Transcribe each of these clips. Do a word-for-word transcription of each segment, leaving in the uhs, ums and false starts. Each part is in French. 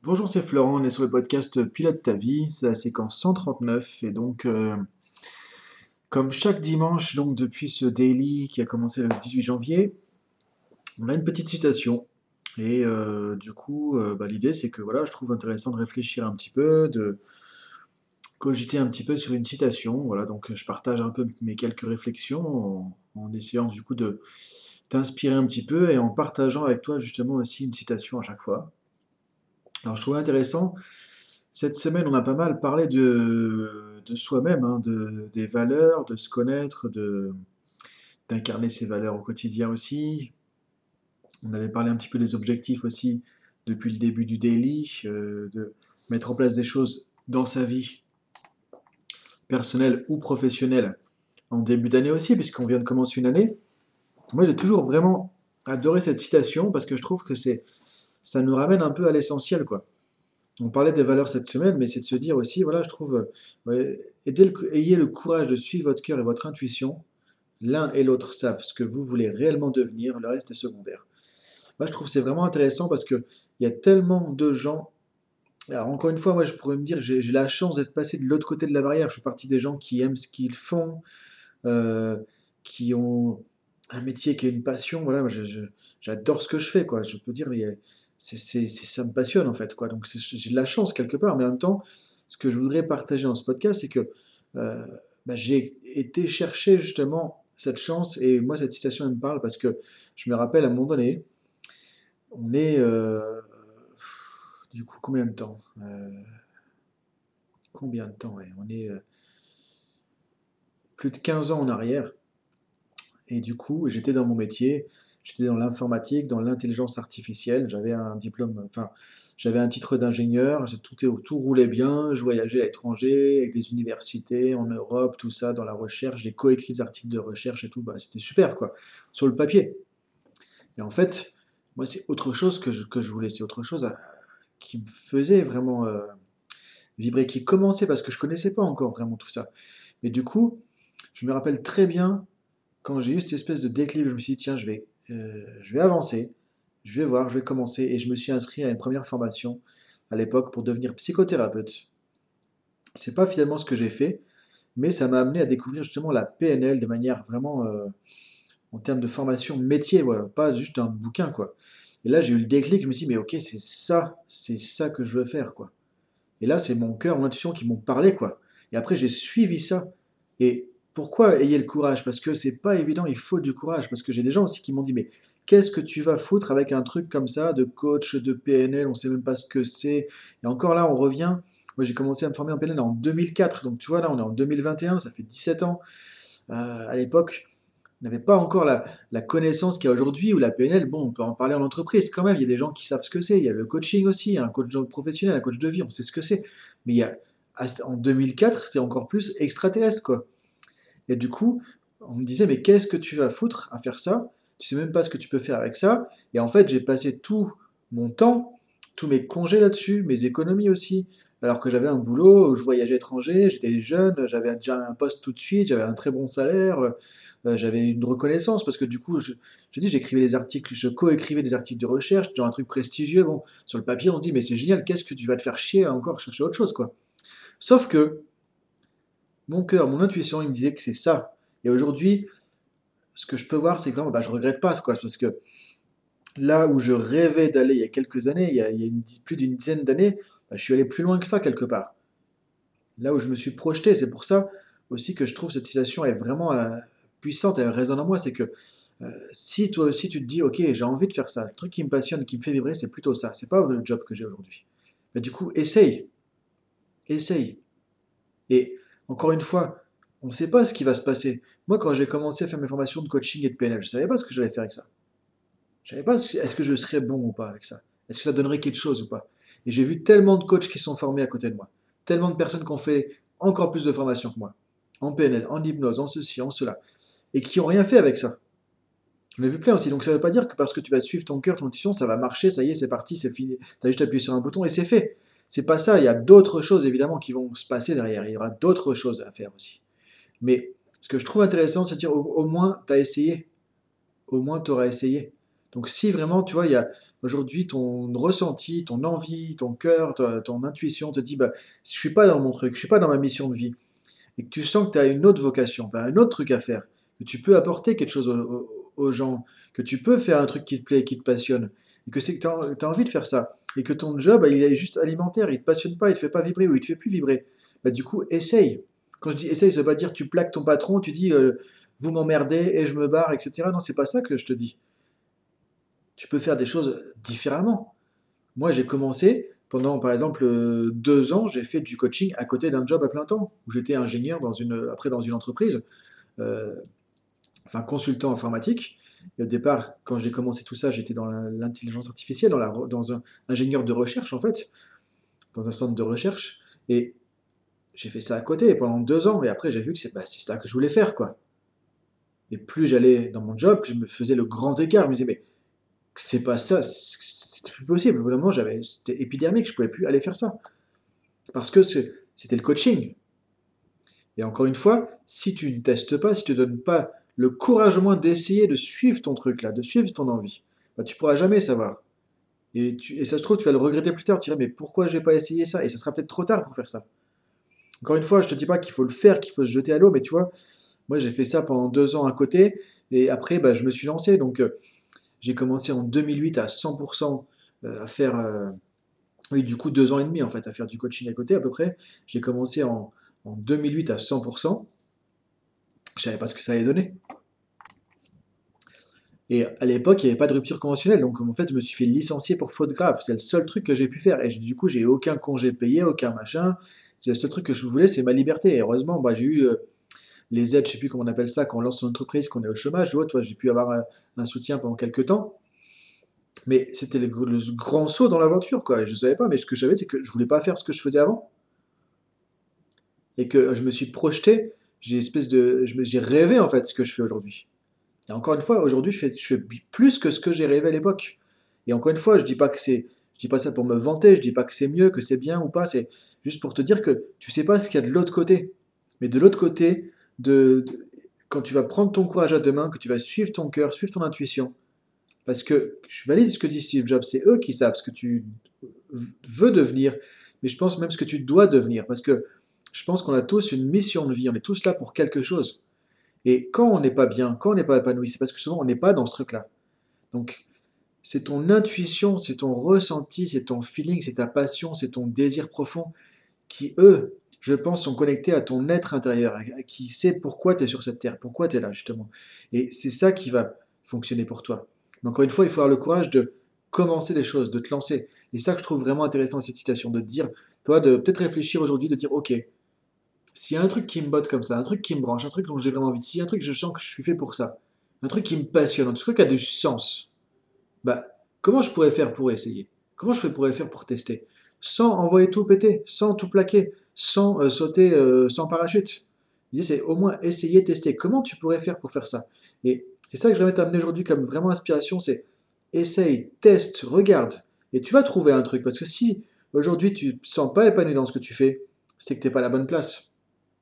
Bonjour, c'est Florent, on est sur le podcast Pilote ta vie, c'est la séquence cent trente-neuf et donc euh, comme chaque dimanche, donc depuis ce daily qui a commencé le dix-huit janvier, on a une petite citation et euh, du coup euh, bah, l'idée c'est que voilà, je trouve intéressant de réfléchir un petit peu, de cogiter un petit peu sur une citation, voilà, donc je partage un peu mes quelques réflexions en, en essayant du coup de t'inspirer un petit peu et en partageant avec toi justement aussi une citation à chaque fois. Alors je trouve intéressant. Cette semaine, on a pas mal parlé de, de soi-même, hein, de, des valeurs, de se connaître, de, d'incarner ses valeurs au quotidien aussi. On avait parlé un petit peu des objectifs aussi depuis le début du daily, euh, de mettre en place des choses dans sa vie personnelle ou professionnelle en début d'année aussi, puisqu'on vient de commencer une année. Moi, j'ai toujours vraiment adoré cette citation parce que je trouve que c'est, ça nous ramène un peu à l'essentiel, quoi. On parlait des valeurs cette semaine, mais c'est de se dire aussi, voilà, je trouve, euh, ouais, aidez le- ayez le courage de suivre votre cœur et votre intuition. L'un et l'autre savent ce que vous voulez réellement devenir, le reste est secondaire. Moi, je trouve que c'est vraiment intéressant parce que il y a tellement de gens. Alors, encore une fois, moi, je pourrais me dire, j'ai j'ai la chance d'être passé de l'autre côté de la barrière. Je suis parti des gens qui aiment ce qu'ils font, euh, qui ont un métier qui est une passion. Voilà, moi, je- je- j'adore ce que je fais, quoi. Je peux dire, mais c'est, c'est- c'est- ça me passionne, en fait, quoi. Donc, c'est- j'ai de la chance quelque part, mais en même temps, ce que je voudrais partager dans ce podcast, c'est que euh, bah, j'ai été chercher justement cette chance, et moi, cette citation, elle me parle parce que je me rappelle à un moment donné, on est, euh, du coup, combien de temps? Euh, combien de temps, ouais. On est euh, plus de quinze ans en arrière. Et du coup, j'étais dans mon métier, j'étais dans l'informatique, dans l'intelligence artificielle. J'avais un diplôme, enfin, j'avais un titre d'ingénieur, tout, tout roulait bien. Je voyageais à l'étranger, avec des universités en Europe, tout ça, dans la recherche. J'ai coécrit des articles de recherche et tout. Bah, c'était super, quoi, sur le papier. Et en fait, moi, c'est autre chose que je, que je voulais. C'est autre chose euh, qui me faisait vraiment euh, vibrer, qui commençait parce que je connaissais pas encore vraiment tout ça. Mais du coup, je me rappelle très bien quand j'ai eu cette espèce de déclic, je me suis dit, tiens, je vais, euh, je vais avancer, je vais voir, je vais commencer. Et je me suis inscrit à une première formation à l'époque pour devenir psychothérapeute. C'est pas finalement ce que j'ai fait, mais ça m'a amené à découvrir justement la P N L de manière vraiment, euh, en termes de formation métier, voilà, pas juste un bouquin, quoi. Et là, j'ai eu le déclic, je me suis dit, mais ok, c'est ça, c'est ça que je veux faire, quoi. Et là, c'est mon cœur, mon intuition qui m'ont parlé, quoi. Et après, j'ai suivi ça. Et pourquoi ayez le courage? Parce que c'est pas évident, il faut du courage. Parce que j'ai des gens aussi qui m'ont dit, mais qu'est-ce que tu vas foutre avec un truc comme ça, de coach, de P N L, on sait même pas ce que c'est. Et encore là, on revient. Moi, j'ai commencé à me former en P N L en deux mille quatre. Donc, tu vois, là, on est en deux mille vingt et un, ça fait dix-sept ans. Euh, à l'époque, on n'avait pas encore la, la connaissance qu'il y a aujourd'hui, où la P N L, bon, on peut en parler en entreprise quand même, il y a des gens qui savent ce que c'est, il y a le coaching aussi, un coach professionnel, un coach de vie, on sait ce que c'est. Mais il y a, en deux mille quatre, c'était encore plus extraterrestre, quoi. Et du coup, on me disait, mais qu'est-ce que tu vas foutre à faire ça? Tu sais même pas ce que tu peux faire avec ça. Et en fait, j'ai passé tout mon temps, tous mes congés là-dessus, mes économies aussi. Alors que j'avais un boulot où je voyageais à l'étranger, j'étais jeune, j'avais déjà un poste tout de suite, j'avais un très bon salaire, euh, j'avais une reconnaissance parce que du coup, je, je dis, j'écrivais des articles, je co-écrivais des articles de recherche dans un truc prestigieux. Bon, sur le papier, on se dit, mais c'est génial, qu'est-ce que tu vas te faire chier à encore chercher autre chose, quoi. Sauf que mon cœur, mon intuition, il me disait que c'est ça. Et aujourd'hui, ce que je peux voir, c'est que vraiment, bah, je regrette pas, quoi, parce que là où je rêvais d'aller il y a quelques années, il y a, il y a une plus d'une dizaine d'années, bah, je suis allé plus loin que ça quelque part. Là où je me suis projeté, c'est pour ça aussi que je trouve cette citation est vraiment euh, puissante, elle résonne en moi, c'est que euh, si toi aussi tu te dis, ok, j'ai envie de faire ça, le truc qui me passionne, qui me fait vibrer, c'est plutôt ça, c'est pas le job que j'ai aujourd'hui. Bah, du coup, essaye, essaye. Et encore une fois, on ne sait pas ce qui va se passer. Moi, quand j'ai commencé à faire mes formations de coaching et de P N L, je ne savais pas ce que j'allais faire avec ça. Je savais pas si- est-ce que je serais bon ou pas avec ça. Est-ce que ça donnerait quelque chose ou pas. Et j'ai vu tellement de coachs qui sont formés à côté de moi. Tellement de personnes qui ont fait encore plus de formations que moi. En P N L, en hypnose, en ceci, en cela. Et qui n'ont rien fait avec ça. J'en ai vu plein aussi. Donc ça ne veut pas dire que parce que tu vas suivre ton cœur, ton intuition, ça va marcher, ça y est, c'est parti, c'est fini. Tu as juste appuyé sur un bouton et c'est fait. C'est pas ça. Il y a d'autres choses évidemment qui vont se passer derrière. Il y aura d'autres choses à faire aussi. Mais ce que je trouve intéressant, c'est de dire au, au moins tu as essayé. Au moins tu auras essayé. Donc si vraiment, tu vois, il y a aujourd'hui ton ressenti, ton envie, ton cœur, ta- ton intuition te dit, bah, je suis pas dans mon truc, je suis pas dans ma mission de vie, et que tu sens que tu as une autre vocation, tu as un autre truc à faire, que tu peux apporter quelque chose aux, aux- aux gens, que tu peux faire un truc qui te plaît, qui te passionne, et que c'est que tu as, envie de faire ça, et que ton job, bah, il est juste alimentaire, il te passionne pas, il te fait pas vibrer, ou il te fait plus vibrer, bah, du coup, essaye. Quand je dis essaye, ça veut pas dire tu plaques ton patron, tu dis euh, vous m'emmerdez et je me barre, et cetera. Non, c'est pas ça que je te dis. Tu peux faire des choses différemment. Moi, j'ai commencé pendant, par exemple, euh, deux ans, j'ai fait du coaching à côté d'un job à plein temps, où j'étais ingénieur dans une, après dans une entreprise, euh, enfin consultant informatique. Et au départ, quand j'ai commencé tout ça, j'étais dans la- l'intelligence artificielle, dans, la, re- dans un ingénieur de recherche en fait, dans un centre de recherche. Et j'ai fait ça à côté pendant deux ans. Et après, j'ai vu que c'est bah, c'est ça que je voulais faire, quoi. Et plus j'allais dans mon job, plus je me faisais le grand écart. Je me disais, mais c'est pas ça, c'est c'est plus possible. Au bout d'un moment, j'avais, c'était épidermique, je pouvais plus aller faire ça. Parce que c'est- c'était le coaching. Et encore une fois, si tu ne testes pas, si tu ne donnes pas le courage au moins d'essayer de suivre ton truc là, de suivre ton envie, bah, tu pourras jamais savoir. Et, tu- et ça se trouve, tu vas le regretter plus tard. Tu diras, mais pourquoi j'ai pas essayé ça? Et ça sera peut-être trop tard pour faire ça. Encore une fois, je te dis pas qu'il faut le faire, qu'il faut se jeter à l'eau, mais tu vois, moi j'ai fait ça pendant deux ans à côté, et après, bah, je me suis lancé. Donc, euh, j'ai commencé en deux mille huit à cent pour cent euh, à faire, euh, oui, du coup, deux ans et demi en fait, à faire du coaching à côté à peu près. J'ai commencé en, en deux mille huit à cent pour cent. Je savais pas ce que ça allait donner. Et à l'époque, il n'y avait pas de rupture conventionnelle, donc en fait, je me suis fait licencier pour faute grave. C'est le seul truc que j'ai pu faire. Et du coup, j'ai aucun congé payé, aucun machin. C'est le seul truc que je voulais, c'est ma liberté. Et heureusement, bah, j'ai eu euh, les aides, je sais plus comment on appelle ça, quand on lance son entreprise, qu'on est au chômage. Tu vois, tu vois, j'ai pu avoir un, un soutien pendant quelques temps. Mais c'était le, le grand saut dans l'aventure, quoi. Et je ne savais pas, mais ce que je savais, c'est que je voulais pas faire ce que je faisais avant. Et que je me suis projeté, j'ai espèce de, je me- j'ai rêvé en fait ce que je fais aujourd'hui. Et encore une fois, aujourd'hui, je fais, je fais plus que ce que j'ai rêvé à l'époque. Et encore une fois, je dis pas que c'est, je dis pas ça pour me vanter, je dis pas que c'est mieux, que c'est bien ou pas, c'est juste pour te dire que tu sais pas ce qu'il y a de l'autre côté. Mais de l'autre côté, de, de- quand tu vas prendre ton courage à deux mains, que tu vas suivre ton cœur, suivre ton intuition, parce que je valide ce que dit Steve Jobs, c'est eux qui savent ce que tu veux devenir, mais je pense même ce que tu dois devenir, parce que je pense qu'on a tous une mission de vie, on est tous là pour quelque chose. Et quand on n'est pas bien, quand on n'est pas épanoui, c'est parce que souvent on n'est pas dans ce truc-là. Donc c'est ton intuition, c'est ton ressenti, c'est ton feeling, c'est ta passion, c'est ton désir profond qui, eux, je pense, sont connectés à ton être intérieur, qui sait pourquoi tu es sur cette terre, pourquoi tu es là, justement. Et c'est ça qui va fonctionner pour toi. Mais encore une fois, il faut avoir le courage de commencer des choses, de te lancer. Et ça que je trouve vraiment intéressant dans cette citation, de te dire, toi, de peut-être réfléchir aujourd'hui, de dire, ok, s'il y a un truc qui me botte comme ça, un truc qui me branche, un truc dont j'ai vraiment envie, s'il y a un truc que je sens que je suis fait pour ça, un truc qui me passionne, un truc qui a du sens, bah, comment je pourrais faire pour essayer? Comment je pourrais faire pour tester? Sans envoyer tout péter, sans tout plaquer, sans euh, sauter euh, sans parachute. L'idée, c'est au moins essayer, tester. Comment tu pourrais faire pour faire ça? Et c'est ça que j'aimerais t'amener aujourd'hui comme vraiment inspiration, c'est essaye, teste, regarde. Et tu vas trouver un truc. Parce que si aujourd'hui tu ne te sens pas épanoui dans ce que tu fais, c'est que tu n'es pas à la bonne place.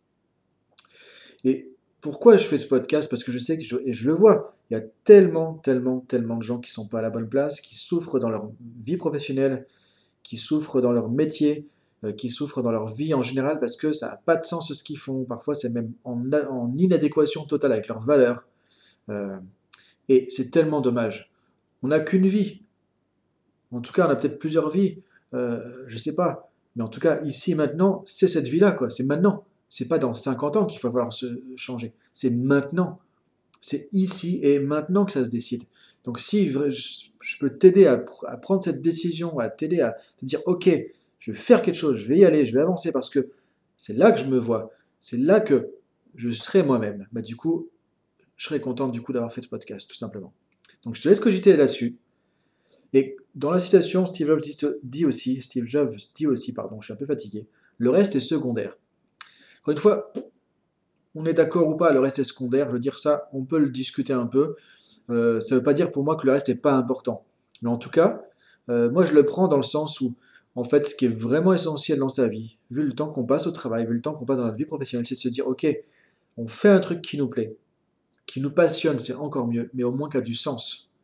Et pourquoi je fais ce podcast? Parce que je sais que je, et je le vois, il y a tellement, tellement, tellement de gens qui sont pas à la bonne place, qui souffrent dans leur vie professionnelle, qui souffrent dans leur métier, euh, qui souffrent dans leur vie en général parce que ça n'a pas de sens ce qu'ils font. Parfois, c'est même en, en inadéquation totale avec leurs valeurs. Euh, et c'est tellement dommage. On n'a qu'une vie. En tout cas, on a peut-être plusieurs vies. Euh, je sais pas. Mais en tout cas, ici, maintenant, c'est cette vie-là, quoi. C'est maintenant. C'est pas dans cinquante ans qu'il va falloir se changer. C'est maintenant. C'est ici et maintenant que ça se décide. Donc si je peux t'aider à, à prendre cette décision, à t'aider à te dire, ok, je vais faire quelque chose, je vais y aller, je vais avancer parce que c'est là que je me vois, c'est là que je serai moi-même. Bah, du coup, je serais content du coup d'avoir fait ce podcast, tout simplement. Donc je te laisse cogiter là-dessus. Et dans la citation, Steve Jobs dit aussi, Steve Jobs dit aussi, pardon, je suis un peu fatigué, le reste est secondaire. Encore une fois, on est d'accord ou pas, le reste est secondaire, je veux dire ça, on peut le discuter un peu. Euh, ça ne veut pas dire pour moi que le reste n'est pas important. Mais en tout cas, euh, moi je le prends dans le sens où, en fait, ce qui est vraiment essentiel dans sa vie, vu le temps qu'on passe au travail, vu le temps qu'on passe dans notre vie professionnelle, c'est de se dire, ok, on fait un truc qui nous plaît, qui nous passionne, c'est encore mieux, mais au moins qui a du sens.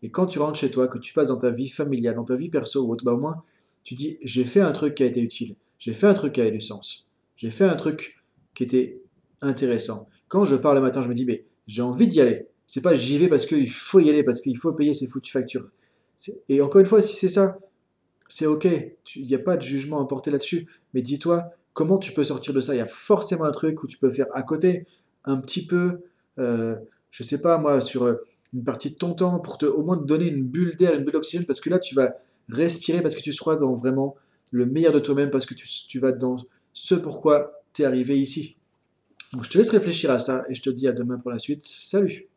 Et quand tu rentres chez toi, que tu passes dans ta vie familiale, dans ta vie perso ou autre, bah au moins, tu dis, j'ai fait un truc qui a été utile, j'ai fait un truc qui a eu du sens, j'ai fait un truc qui était intéressant. Quand je pars le matin, je me dis, mais j'ai envie d'y aller. C'est pas j'y vais parce qu'il faut y aller, parce qu'il faut payer ses foutues factures. C'est- Et encore une fois, si c'est ça, c'est ok, il n'y a pas de jugement à porter là-dessus, mais dis-toi, comment tu peux sortir de ça? Il y a forcément un truc où tu peux faire à côté, un petit peu, euh, je sais pas moi, sur euh, une partie de ton temps, pour te, au moins te donner une bulle d'air, une bulle d'oxygène, parce que là, tu vas respirer, parce que tu seras dans vraiment le meilleur de toi-même, parce que tu, tu vas dans ce pourquoi tu es arrivé ici. Donc je te laisse réfléchir à ça, et je te dis à demain pour la suite. Salut!